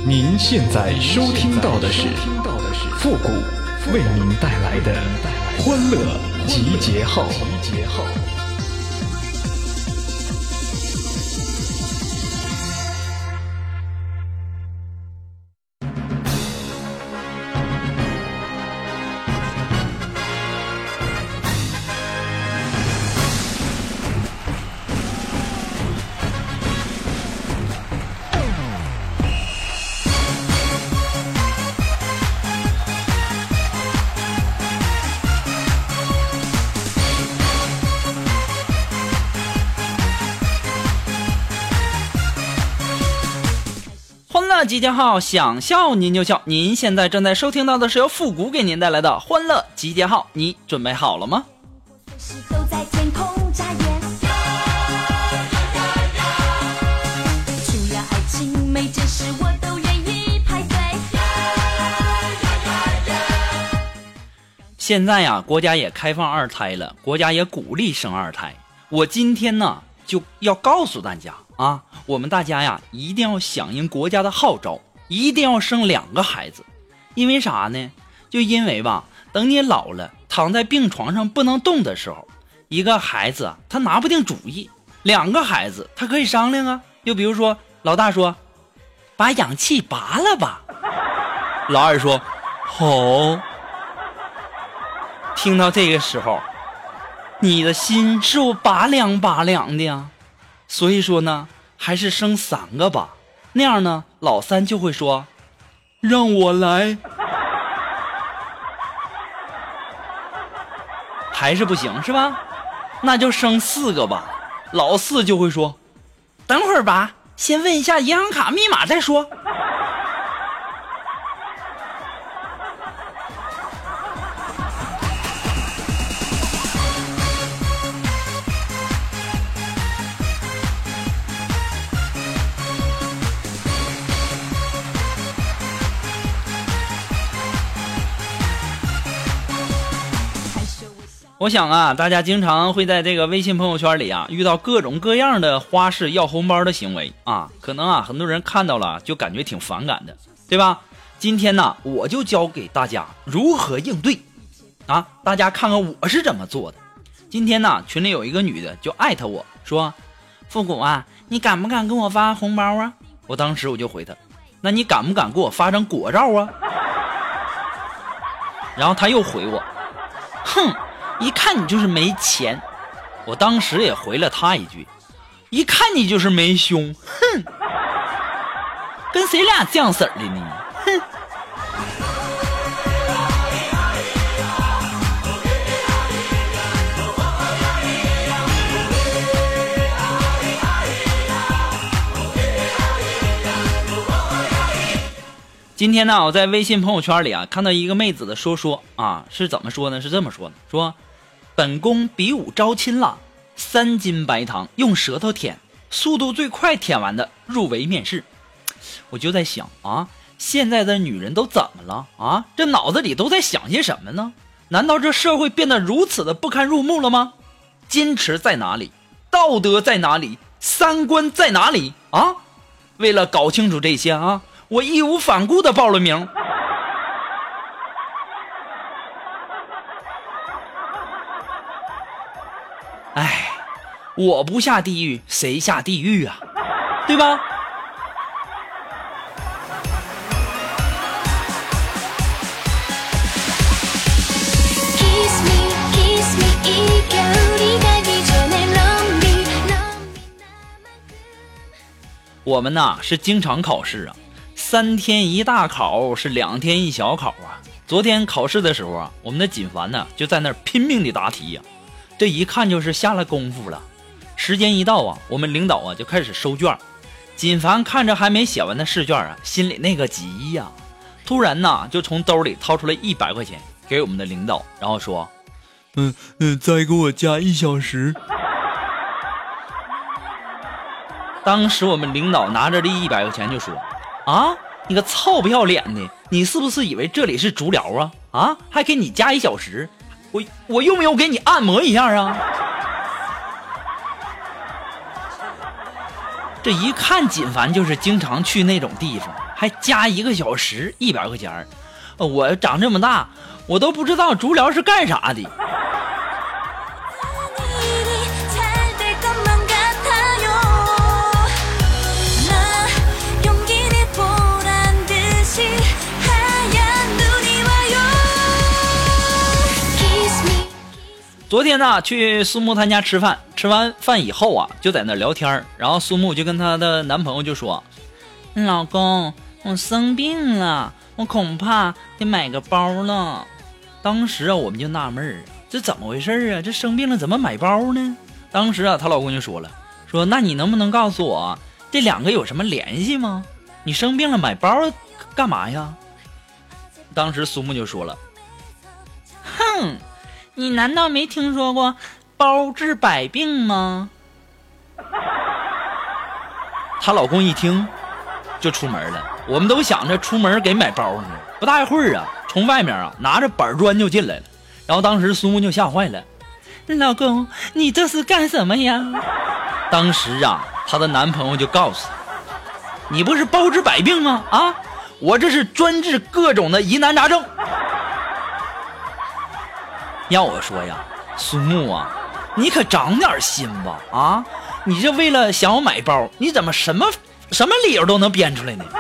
您现在收听到的是复古为您带来的欢乐集结号。 集结号，想笑您就笑。您现在正在收听到的是由复古给您带来的欢乐集结号，你准备好了吗？ 都在天空眨眼，除了爱情每件事我都愿意排队。 现在呀，国家也开放二胎了，国家也鼓励生二胎。我今天呢就要告诉大家啊，我们大家呀一定要响应国家的号召，一定要生2个孩子。因为啥呢？就因为吧，等你老了躺在病床上不能动的时候，一个孩子他拿不定主意，2个孩子他可以商量啊。就比如说老大说把氧气拔了吧，老二说好。听到这个时候，你的心是不拔凉拔凉的呀？所以说呢，还是生3个吧，那样呢，老三就会说让我来。还是不行是吧？那就生4个吧，老四就会说等会儿吧，先问一下银行卡密码再说。我想啊，大家经常会在这个微信朋友圈里啊遇到各种各样的花式要红包的行为啊，可能啊很多人看到了就感觉挺反感的，对吧？今天呢，我就教给大家如何应对啊，大家看看我是怎么做的。今天呢，群里有一个女的就艾特我说，复古啊，你敢不敢给我发红包啊？我当时我就回她，那你敢不敢给我发张果照啊？然后她又回我，哼，一看你就是没钱。我当时也回了他一句，一看你就是没胸。哼，跟谁俩这样式儿的呢？哼。今天呢，我在微信朋友圈里啊看到一个妹子的说啊，是怎么说呢？是这么说的，说本宫比武招亲了，3斤白糖用舌头舔，速度最快舔完的入围面试。我就在想啊，现在的女人都怎么了啊？这脑子里都在想些什么呢？难道这社会变得如此的不堪入目了吗？矜持在哪里？道德在哪里？三观在哪里啊？为了搞清楚这些啊，我义无反顾地报了名。哎，我不下地狱，谁下地狱啊？对吧？我们呐是经常考试啊，3天一大考，是2天一小考啊。昨天考试的时候啊，我们的锦凡呢就在那儿拼命的答题呀，这一看就是下了功夫了。时间一到啊，我们领导啊就开始收卷。锦凡看着还没写完的试卷啊，心里那个急呀，突然呢就从兜里掏出来100块钱给我们的领导，然后说再给我加1小时。当时我们领导拿着这100块钱就说啊，你个臭不要脸的，你是不是以为这里是足疗啊？啊，还给你加1小时，我用不用给你按摩一下啊？ 这一看锦凡就是经常去那种地方，还加1个小时100块钱。我长这么大，我都不知道足疗是干啥的。昨天呢，去苏木他家吃饭，吃完饭以后啊，就在那聊天，然后苏木就跟她的男朋友就说：“老公，我生病了，我恐怕得买个包了。”当时啊，我们就纳闷儿，这怎么回事啊？这生病了怎么买包呢？当时啊，她老公就说了，说那你能不能告诉我这两个有什么联系吗？你生病了买包干嘛呀？当时苏木就说了，哼。你难道没听说过包治百病吗？她老公一听就出门了，我们都想着出门给买包呢。不大一会儿啊，从外面啊拿着板砖就进来了。然后当时苏木就吓坏了，老公你这是干什么呀？当时啊，她的男朋友就告诉她，你不是包治百病吗？啊，我这是专治各种的疑难杂症。要我说呀，苏木啊，你可长点心吧啊！你这为了想要买包，你怎么什么理由都能编出来呢？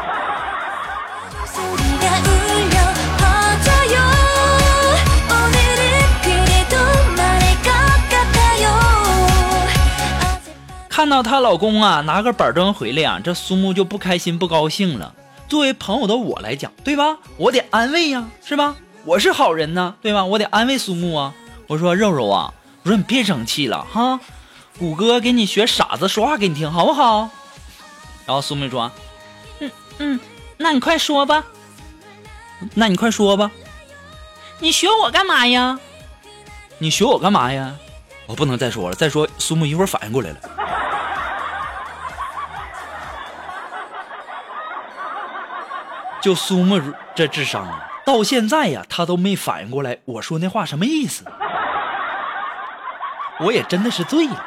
看到她老公啊拿个板砖回来啊，这苏木就不开心不高兴了。作为朋友的我来讲，对吧？我得安慰呀，是吧？我是好人呢，对吧？我得安慰苏木啊。我说肉肉啊，我说你别生气了哈，谷歌给你学傻子说话给你听好不好？然后苏木说，那你快说吧。那你快说吧。你学我干嘛呀？你学我干嘛呀？我不能再说了，再说苏木一会儿反应过来了。就苏木这智商啊，到现在呀，他都没反应过来我说那话什么意思。我也真的是醉了。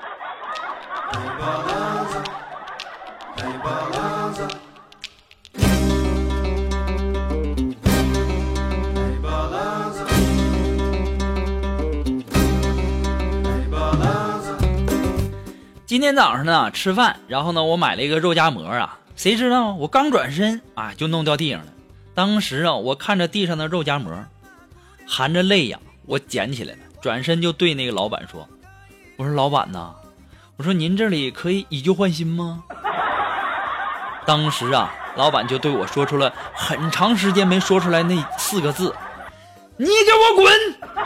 今天早上呢吃饭，然后呢我买了一个肉夹馍啊，谁知道我刚转身啊就弄掉地上了。当时啊我看着地上的肉夹馍，含着泪呀，我捡起来了，转身就对那个老板说，我说老板呐，我说您这里可以以旧换新吗？当时啊老板就对我说出了很长时间没说出来那4个字，你给我滚。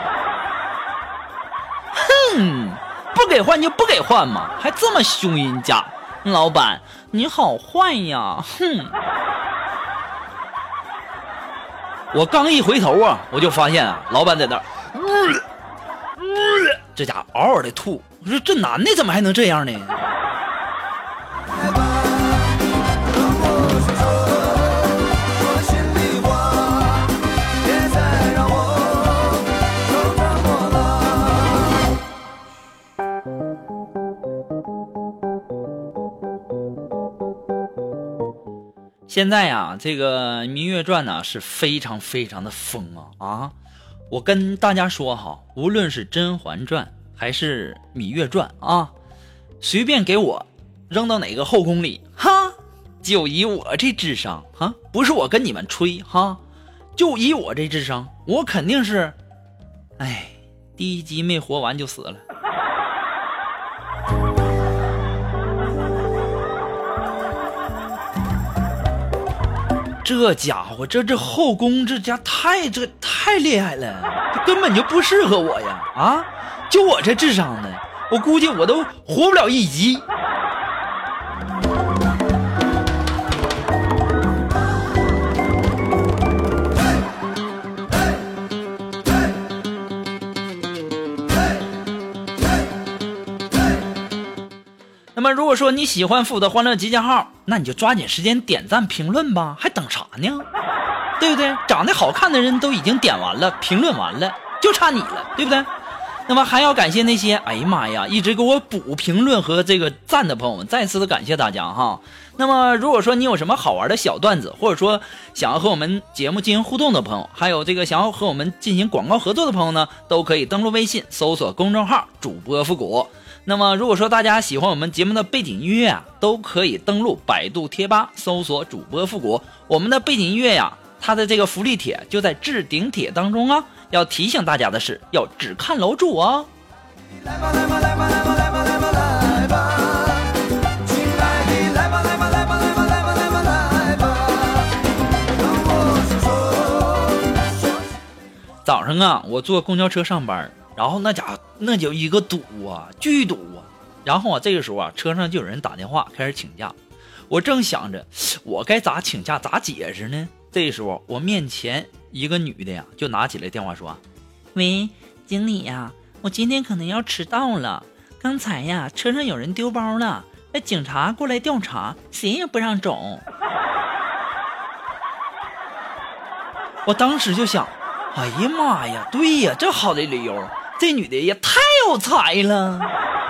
哼，不给换就不给换嘛，还这么凶人家，老板你好坏呀，哼。我刚一回头啊，我就发现啊老板在那儿这家伙嗷嗷的吐。我说这男的怎么还能这样呢？现在呀，这个《芈月传》呢是非常非常的疯啊！我跟大家说哈，无论是《甄嬛传》还是《芈月传》啊，随便给我扔到哪个后宫里，哈，就以我这智商哈，不是我跟你们吹哈，就以我这智商，我肯定是，哎，第一集没活完就死了。这家伙，这后宫这家太厉害了，这根本就不适合我呀！啊，就我这智商呢，我估计我都活不了一集。那么如果说你喜欢富的欢乐集结号，那你就抓紧时间点赞评论吧，还等啥呢？对不对？长得好看的人都已经点完了评论完了，就差你了，对不对？ 那么还要感谢那些哎呀妈呀一直给我补评论和这个赞的朋友们，再次的感谢大家哈。那么如果说你有什么好玩的小段子，或者说想要和我们节目进行互动的朋友，还有这个想要和我们进行广告合作的朋友呢，都可以登录微信搜索公众号主播复古。那么如果说大家喜欢我们节目的背景音乐啊，都可以登录百度贴吧搜索主播复古。我们的背景音乐呀，它的这个福利帖就在置顶帖当中啊。要提醒大家的是，要只看楼主哦。来吧来吧来吧来吧来吧来吧来吧，亲爱的来吧来吧来吧来吧来吧来吧来吧，让我说。早上啊，我坐公交车上班，然后那家伙那就一个堵啊，巨堵啊。然后啊，这个时候啊，车上就有人打电话开始请假，我正想着我该咋请假咋解释呢。这时候我面前一个女的呀，就拿起来电话说：“喂，经理呀，我今天可能要迟到了。刚才呀，车上有人丢包了，警察过来调查，谁也不让走。”我当时就想，哎呀妈呀，对呀，这好的理由，这女的也太有才了。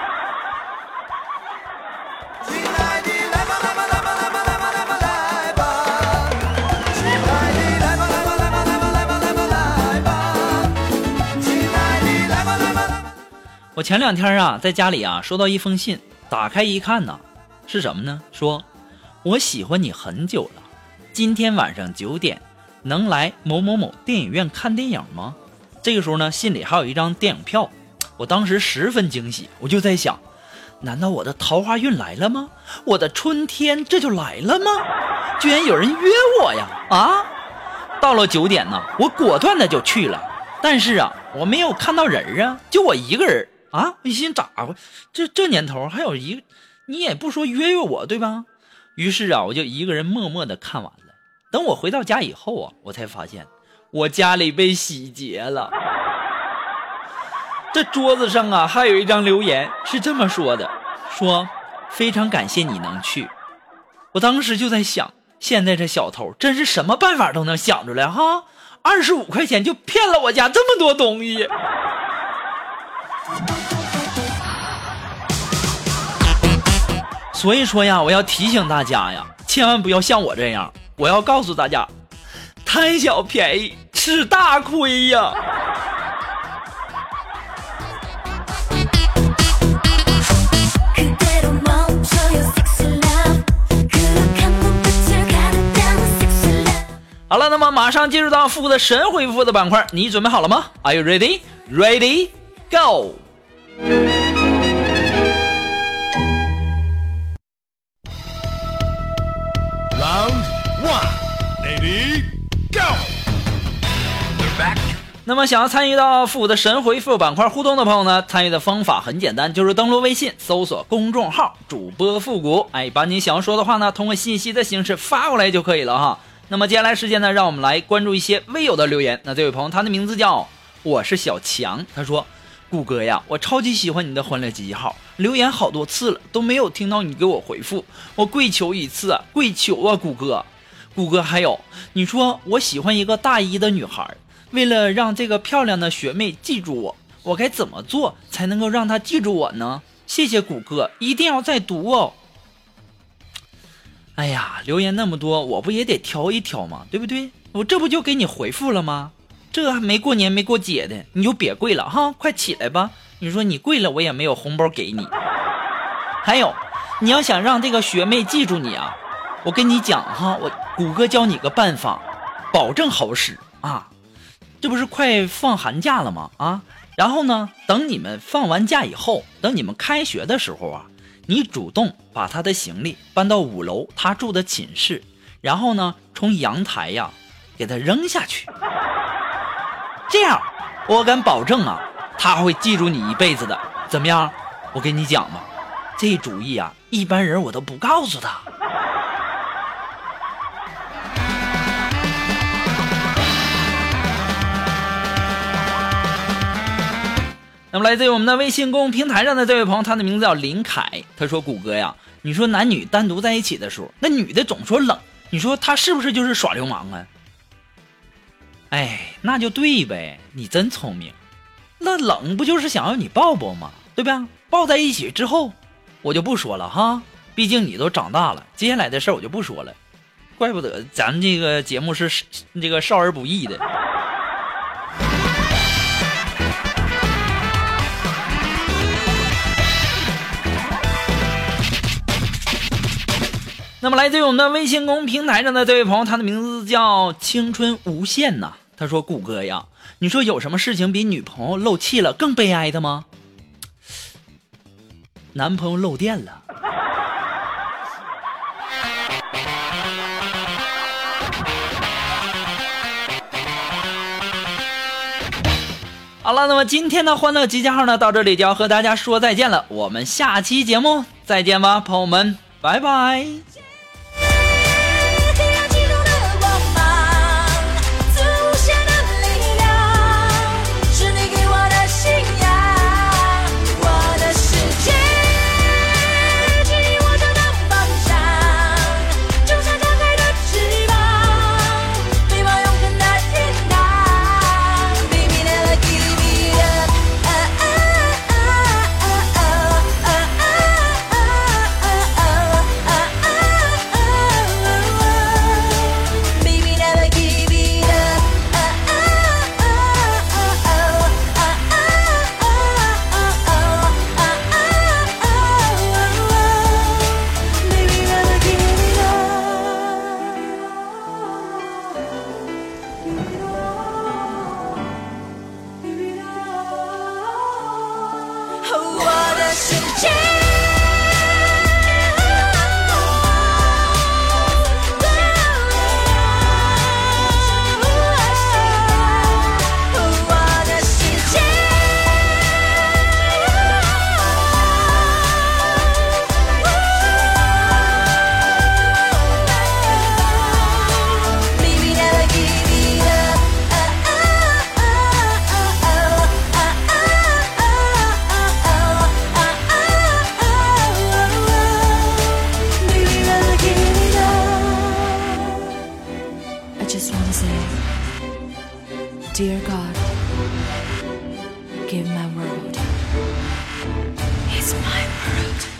我前2天啊，在家里啊收到一封信，打开一看呢，是什么呢？说我喜欢你很久了，今天晚上9点能来某某某电影院看电影吗？这个时候呢，信里还有一张电影票，我当时十分惊喜，我就在想，难道我的桃花运来了吗？我的春天这就来了吗？居然有人约我呀！啊，到了9点呢，我果断的就去了，但是啊，我没有看到人啊，就我一个人。啊！一心咋回？这年头还有一个，你也不说约我对吧？于是啊，我就一个人默默的看完了。等我回到家以后啊，我才发现我家里被洗劫了。这桌子上啊，还有一张留言是这么说的：说非常感谢你能去。我当时就在想，现在这小偷真是什么办法都能想出来哈！25块钱就骗了我家这么多东西。所以说呀，我要提醒大家呀，千万不要像我这样。我要告诉大家，贪小便宜吃大亏呀。好了，那么马上进入到复古的神回复的板块，你准备好了吗？ Are you ready? Ready? Go!那么想要参与到复古的神回复板块互动的朋友呢，参与的方法很简单，就是登录微信搜索公众号主播复古，把你想要说的话呢通过信息的形式发过来就可以了哈。那么接下来时间呢，让我们来关注一些微友的留言。那这位朋友他的名字叫我是小强，他说谷歌呀，我超级喜欢你的欢乐集结号，留言好多次了都没有听到你给我回复，我跪求一次啊，跪求啊谷歌。谷歌还有你说我喜欢一个大一的女孩，为了让这个漂亮的学妹记住我，我该怎么做才能够让她记住我呢？谢谢谷歌，一定要再读哦。哎呀，留言那么多，我不也得挑一挑吗？对不对？我这不就给你回复了吗？这还没过年没过节的，你就别跪了哈，快起来吧。你说你跪了，我也没有红包给你。还有，你要想让这个学妹记住你啊，我跟你讲哈，我谷歌教你个办法，保证好使啊。这不是快放寒假了吗？啊，然后呢，等你们放完假以后，等你们开学的时候啊，你主动把他的行李搬到5楼他住的寝室，然后呢，从阳台呀给他扔下去。这样，我敢保证啊，他会记住你一辈子的。怎么样？我跟你讲吧，这主意啊，一般人我都不告诉他。那么来自于我们的微信公众平台上的这位朋友，他的名字叫林凯，他说谷歌呀，你说男女单独在一起的时候，那女的总说冷，你说他是不是就是耍流氓啊？哎，那就对呗，你真聪明。 那冷不就是想要你抱抱吗？对吧？抱在一起之后，我就不说了哈，毕竟你都长大了，接下来的事儿我就不说了。怪不得咱这个节目是这个少儿不宜的。那么来自于我们的微信公平台上的这位朋友，他的名字叫青春无限呐。他说：“谷歌呀，你说有什么事情比女朋友漏气了更悲哀的吗？男朋友漏电了。”好了，那么今天的欢乐集结号呢，到这里就要和大家说再见了。我们下期节目再见吧，朋友们，拜拜。 Dear God, give my world. It's my world.